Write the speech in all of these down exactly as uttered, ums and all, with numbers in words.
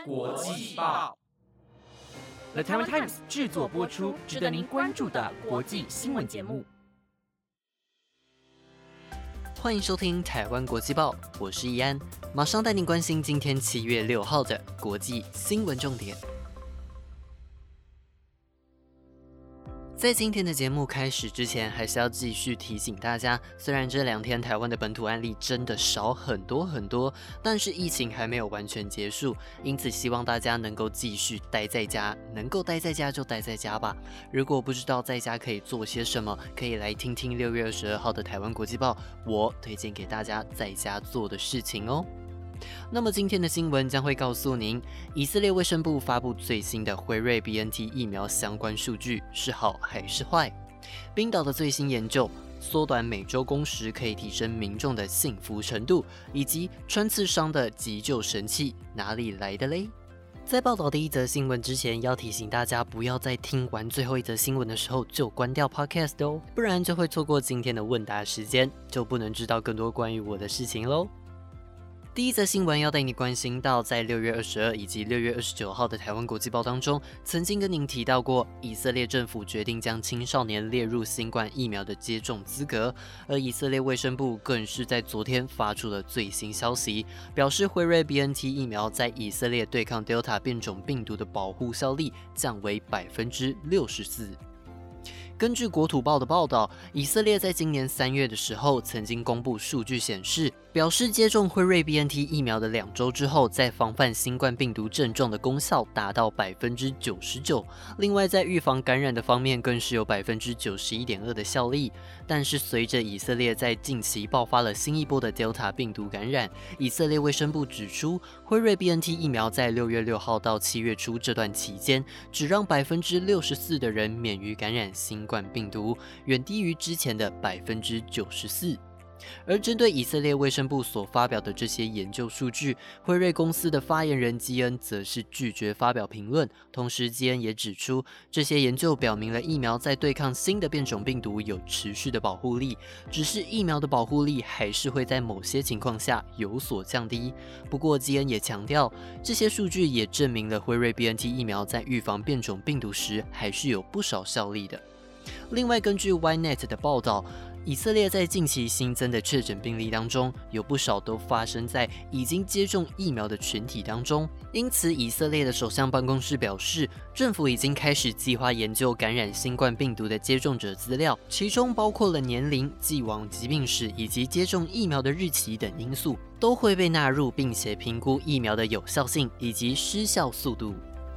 国际报 The Taiwan Times 制作播出，值得您关注的国际新闻节目。 欢迎收听台湾国际报，我是易安，马上带您关心今天七月六号的国际新闻重点。在今天的节目开始之前，还是要继续提醒大家，虽然这两天台湾的本土案例真的少很多很多，但是疫情还没有完全结束，因此希望大家能够继续待在家，能够待在家就待在家吧。如果不知道在家可以做些什么，可以来听听六月二十二号的台湾国际报，我推荐给大家在家做的事情哦。那么今天的新闻将会告诉您，以色列卫生部发布最新的辉瑞 B N T 疫苗相关数据是好还是坏？冰岛的最新研究，缩短每周工时可以提升民众的幸福程度，以及穿刺伤的急救神器哪里来的嘞？在报道第一则新闻之前，要提醒大家不要在听完最后一则新闻的时候就关掉 Podcast 哦，不然就会错过今天的问答时间，就不能知道更多关于我的事情咯。第一则新闻要带你关心到，在六月二十二以及六月二十九号的台湾国际报当中，曾经跟您提到过，以色列政府决定将青少年列入新冠疫苗的接种资格，而以色列卫生部更是在昨天发出了最新消息，表示辉瑞 B N T 疫苗在以色列对抗 Delta 变种病毒的保护效力降为百分之六十四。根据国土报的报道，以色列在今年三月的时候曾经公布数据显示，表示接种辉瑞 B N T 疫苗的两周之后，在防范新冠病毒症状的功效达到 百分之九十九， 另外在预防感染的方面更是有 百分之九十一点二 的效力。但是随着以色列在近期爆发了新一波的 Delta 病毒感染，以色列卫生部指出，辉瑞 B N T 疫苗在六月六号到七月初这段期间，只让 百分之六十四 的人免于感染新冠病毒，远低于之前的 百分之九十四。而针对以色列卫生部所发表的这些研究数据，辉瑞公司的发言人基恩则是拒绝发表评论。同时，基恩也指出，这些研究表明了疫苗在对抗新的变种病毒有持续的保护力，只是疫苗的保护力还是会在某些情况下有所降低。不过，基恩也强调，这些数据也证明了辉瑞 B N T 疫苗在预防变种病毒时还是有不少效力的。另外，根据 Y Net 的报道，以色列在近期新增的确诊病例当中，有不少都发生在已经接种疫苗的群体当中。因此，以色列的首相办公室表示，政府已经开始计划研究感染新冠病毒的接种者资料，其中包括了年龄、既往疾病史以及接种疫苗的日期等因素，都会被纳入，并且评估疫苗的有效性以及失效速度。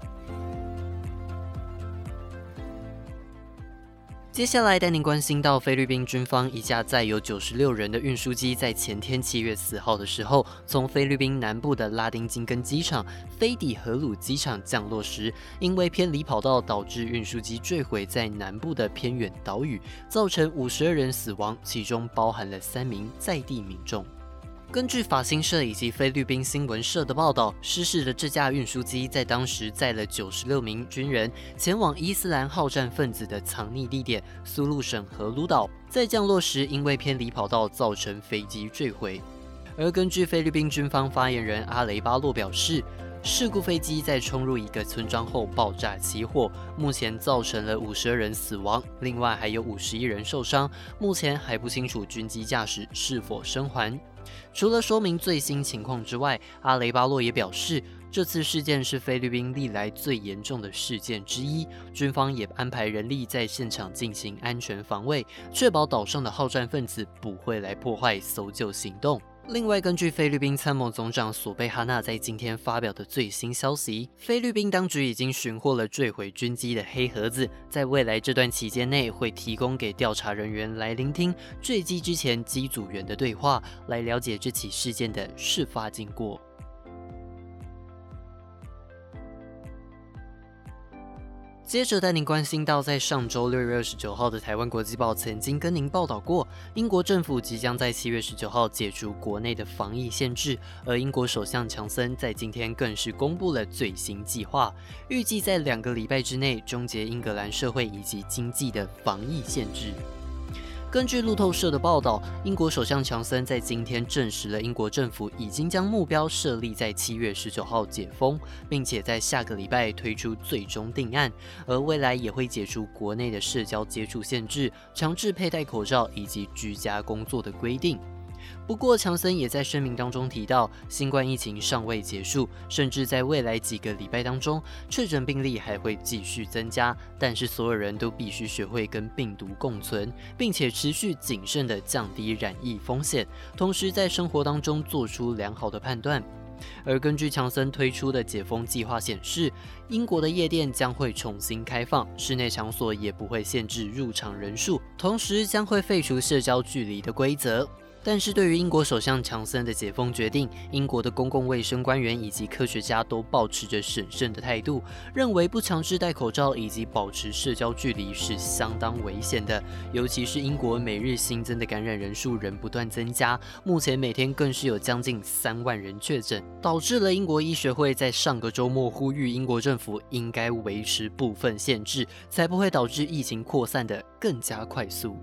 接下来带您关心到菲律宾军方一架载有九十六人的运输机，在前天七月四号的时候，从菲律宾南部的拉丁金根机场飞抵荷鲁机场降落时，因为偏离跑道，导致运输机坠毁在南部的偏远岛屿，造成五十二人死亡，其中包含了三名在地民众。根据法新社以及菲律宾新闻社的报道，失事的这架运输机在当时载了九十六名军人前往伊斯兰好战分子的藏匿地点苏禄省和鲁岛，在降落时因为偏离跑道造成飞机坠毁。而根据菲律宾军方发言人阿雷巴洛表示，事故飞机在冲入一个村庄后爆炸起火，目前造成了五十二人死亡，另外还有五十一人受伤，目前还不清楚军机驾驶是否生还。除了说明最新情况之外，阿雷巴洛也表示，这次事件是菲律宾历来最严重的事件之一，军方也安排人力在现场进行安全防卫，确保岛上的好战分子不会来破坏搜救行动。另外，根据菲律宾参谋总长索贝哈纳在今天发表的最新消息，菲律宾当局已经寻获了坠毁军机的黑盒子，在未来这段期间内会提供给调查人员来聆听坠机之前机组员的对话，来了解这起事件的事发经过。接着带您关心到，在上周六月二十九号的台湾国际报曾经跟您报道过，英国政府即将在七月十九号解除国内的防疫限制，而英国首相强森在今天更是公布了最新计划，预计在两个礼拜之内终结英格兰社会以及经济的防疫限制。 根据路透社的报道，英国首相强森在今天证实了英国政府已经将目标设立在七月十九号解封，并且在下个礼拜推出最终定案，而未来也会解除国内的社交接触限制、强制佩戴口罩以及居家工作的规定。不过，强森也在声明当中提到，新冠疫情尚未结束，甚至在未来几个礼拜当中，确诊病例还会继续增加。但是，所有人都必须学会跟病毒共存，并且持续谨慎地降低染疫风险，同时在生活当中做出良好的判断。而根据强森推出的解封计划显示，英国的夜店将会重新开放，室内场所也不会限制入场人数，同时将会废除社交距离的规则。但是对于英国首相强森的解封决定，英国的公共卫生官员以及科学家都保持着审慎的态度，认为不强制戴口罩以及保持社交距离是相当危险的。尤其是英国每日新增的感染人数仍不断增加，目前每天更是有将近三万人确诊，导致了英国医学会在上个周末呼吁英国政府应该维持部分限制，才不会导致疫情扩散的更加快速。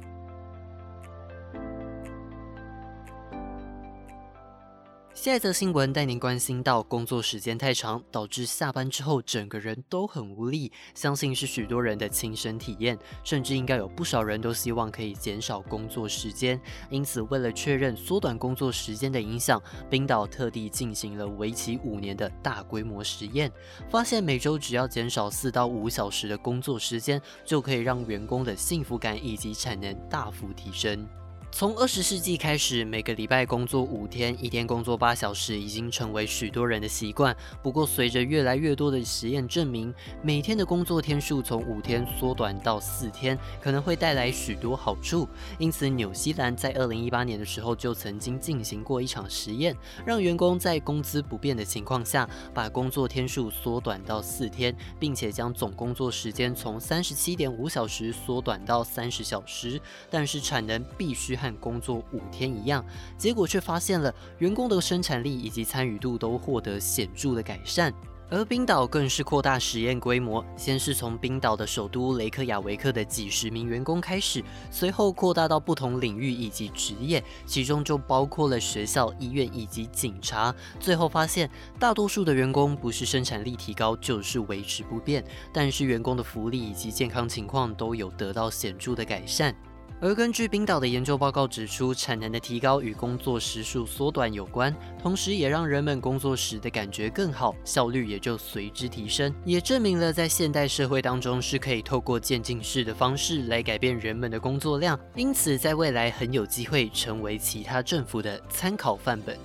下一则新闻带您关心到，工作时间太长，导致下班之后整个人都很无力，相信是许多人的亲身体验，甚至应该有不少人都希望可以减少工作时间。因此，为了确认缩短工作时间的影响，冰岛特地进行了为期五年的大规模实验，发现每周只要减少四到五小时的工作时间，就可以让员工的幸福感以及产能大幅提升。从二十世纪开始，每个礼拜工作五天，一天工作八小时，已经成为许多人的习惯。不过，随着越来越多的实验证明，每天的工作天数从五天缩短到四天，可能会带来许多好处。因此，纽西兰在二零一八年的时候就曾经进行过一场实验，让员工在工资不变的情况下，把工作天数缩短到四天，并且将总工作时间从三十七点五小时缩短到三十小时，但是产能必须和工作五天一样，结果却发现了员工的生产力以及参与度都获得显著的改善。而冰岛更是扩大实验规模，先是从冰岛的首都雷克雅维克的几十名员工开始，随后扩大到不同领域以及职业，其中就包括了学校、医院以及警察。最后发现，大多数的员工不是生产力提高，就是维持不变，但是员工的福利以及健康情况都有得到显著的改善。而根据冰岛的研究报告指出，产能的提高与工作时数缩短有关，同时也让人们工作时的感觉更好，效率也就随之提升，也证明了在现代社会当中是可以透过渐进式的方式来改变人们的工作量，因此在未来很有机会成为其他政府的参考范本。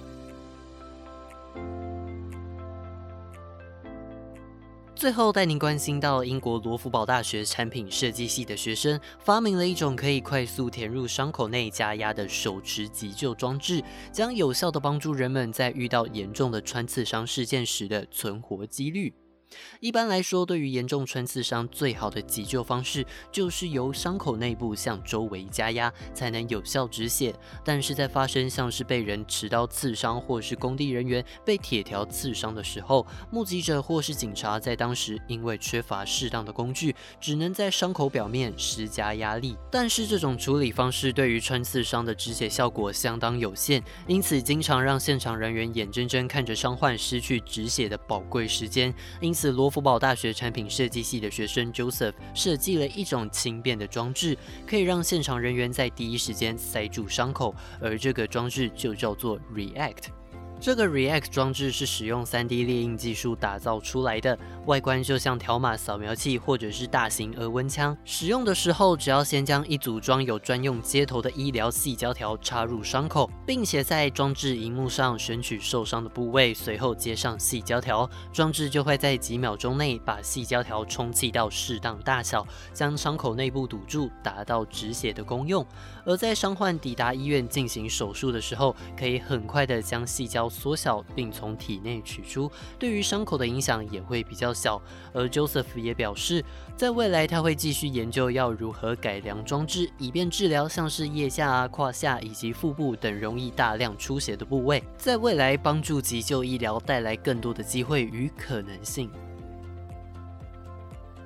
最后带您关心到，英国罗福堡大学产品设计系的学生发明了一种可以快速填入伤口内加压的手持急救装置，将有效地帮助人们在遇到严重的穿刺伤事件时的存活几率。一般来说，对于严重穿刺伤，最好的急救方式就是由伤口内部向周围加压，才能有效止血。但是在发生像是被人持刀刺伤，或是工地人员被铁条刺伤的时候，目击者或是警察在当时因为缺乏适当的工具，只能在伤口表面施加压力。但是这种处理方式对于穿刺伤的止血效果相当有限，因此经常让现场人员眼睁睁看着伤患失去止血的宝贵时间。因此罗福堡大学产品设计系的学生 Joseph 设计了一种轻便的装置，可以让现场人员在第一时间塞住伤口，而这个装置就叫做 React。这个 React 装置是使用 三 D 列印技术打造出来的，外观就像条码扫描器或者是大型额温枪。使用的时候，只要先将一组装有专用接头的医疗细胶条插入伤口，并且在装置荧幕上选取受伤的部位，随后接上细胶条，装置就会在几秒钟内把细胶条充气到适当大小，将伤口内部堵住，达到止血的功用。而在伤患抵达医院进行手术的时候，可以很快的将细胶缩小并从体内取出，对于伤口的影响也会比较小。而 Joseph 也表示，在未来他会继续研究要如何改良装置，以便治疗像是腋下啊、胯下以及腹部等容易大量出血的部位，在未来帮助急救医疗带来更多的机会与可能性。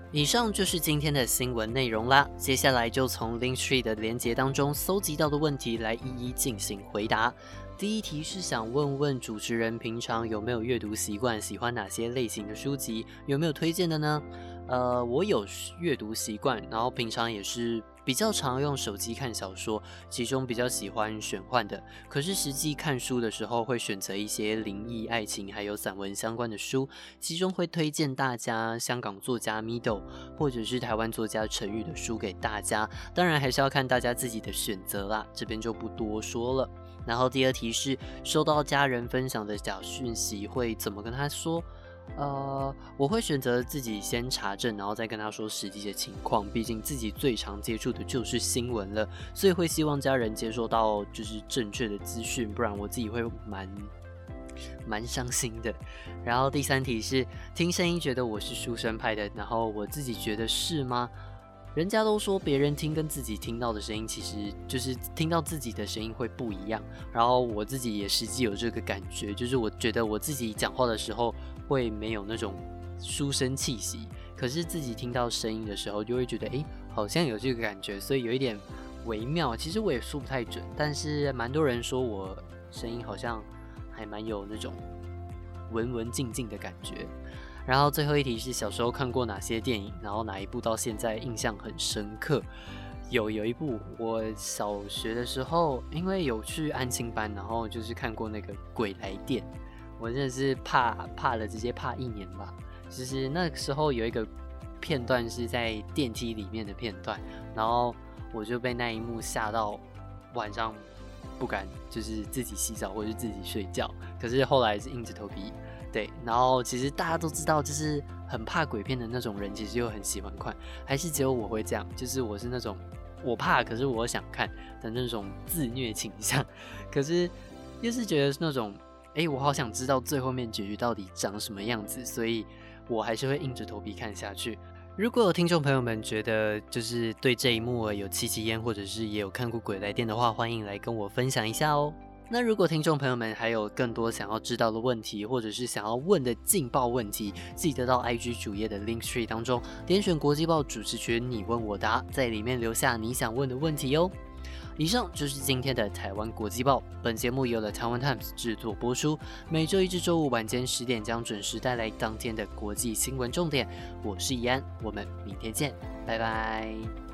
以上就是今天的新闻内容啦，接下来就从 Linktree 的连结当中搜集到的问题来一一进行回答。第一题是想问问主持人平常有没有阅读习惯，喜欢哪些类型的书籍，有没有推荐的呢？呃，我有阅读习惯，然后平常也是比较常用手机看小说，其中比较喜欢玄幻的，可是实际看书的时候会选择一些灵异、爱情还有散文相关的书，其中会推荐大家香港作家 Mido 或者是台湾作家陈玉的书给大家，当然还是要看大家自己的选择啦，这边就不多说了。然后第二题是收到家人分享的假讯息会怎么跟他说？呃，我会选择自己先查证，然后再跟他说实际的情况。毕竟自己最常接触的就是新闻了，所以会希望家人接收到就是正确的资讯，不然我自己会蛮蛮伤心的。然后第三题是听声音觉得我是书生派的，然后我自己觉得是吗？人家都说别人听跟自己听到的声音，其实就是听到自己的声音会不一样。然后我自己也实际有这个感觉，就是我觉得我自己讲话的时候会没有那种书生气息，可是自己听到声音的时候就会觉得，哎，好像有这个感觉，所以有一点微妙。其实我也说不太准，但是蛮多人说我声音好像还蛮有那种文文静静的感觉。然后最后一题是小时候看过哪些电影，然后哪一部到现在印象很深刻？有有一部我小学的时候，因为有去安亲班，然后就是看过那个《鬼来电》，我真的是怕怕了，直接怕一年吧。就是那时候有一个片段是在电梯里面的片段，然后我就被那一幕吓到，晚上不敢就是自己洗澡或者是自己睡觉，可是后来是硬着头皮。对，然后其实大家都知道，就是很怕鬼片的那种人，其实又很喜欢看，还是只有我会这样？就是我是那种我怕，可是我想看的那种自虐倾向，可是又是觉得那种，哎，我好想知道最后面结局到底长什么样子，所以我还是会硬着头皮看下去。如果有听众朋友们觉得就是对这一幕有戚戚焉，或者是也有看过《鬼来电》的话，欢迎来跟我分享一下哦。那如果听众朋友们还有更多想要知道的问题，或者是想要问的劲爆问题，记得到 I G 主页的 Linktree 当中点选国际报主持群你问我答，在里面留下你想问的问题哦。以上就是今天的台湾国际报，本节目由了台湾 Times 制作播出，每周一至周五晚间十点将准时带来当天的国际新闻重点。我是怡安，我们明天见，拜拜。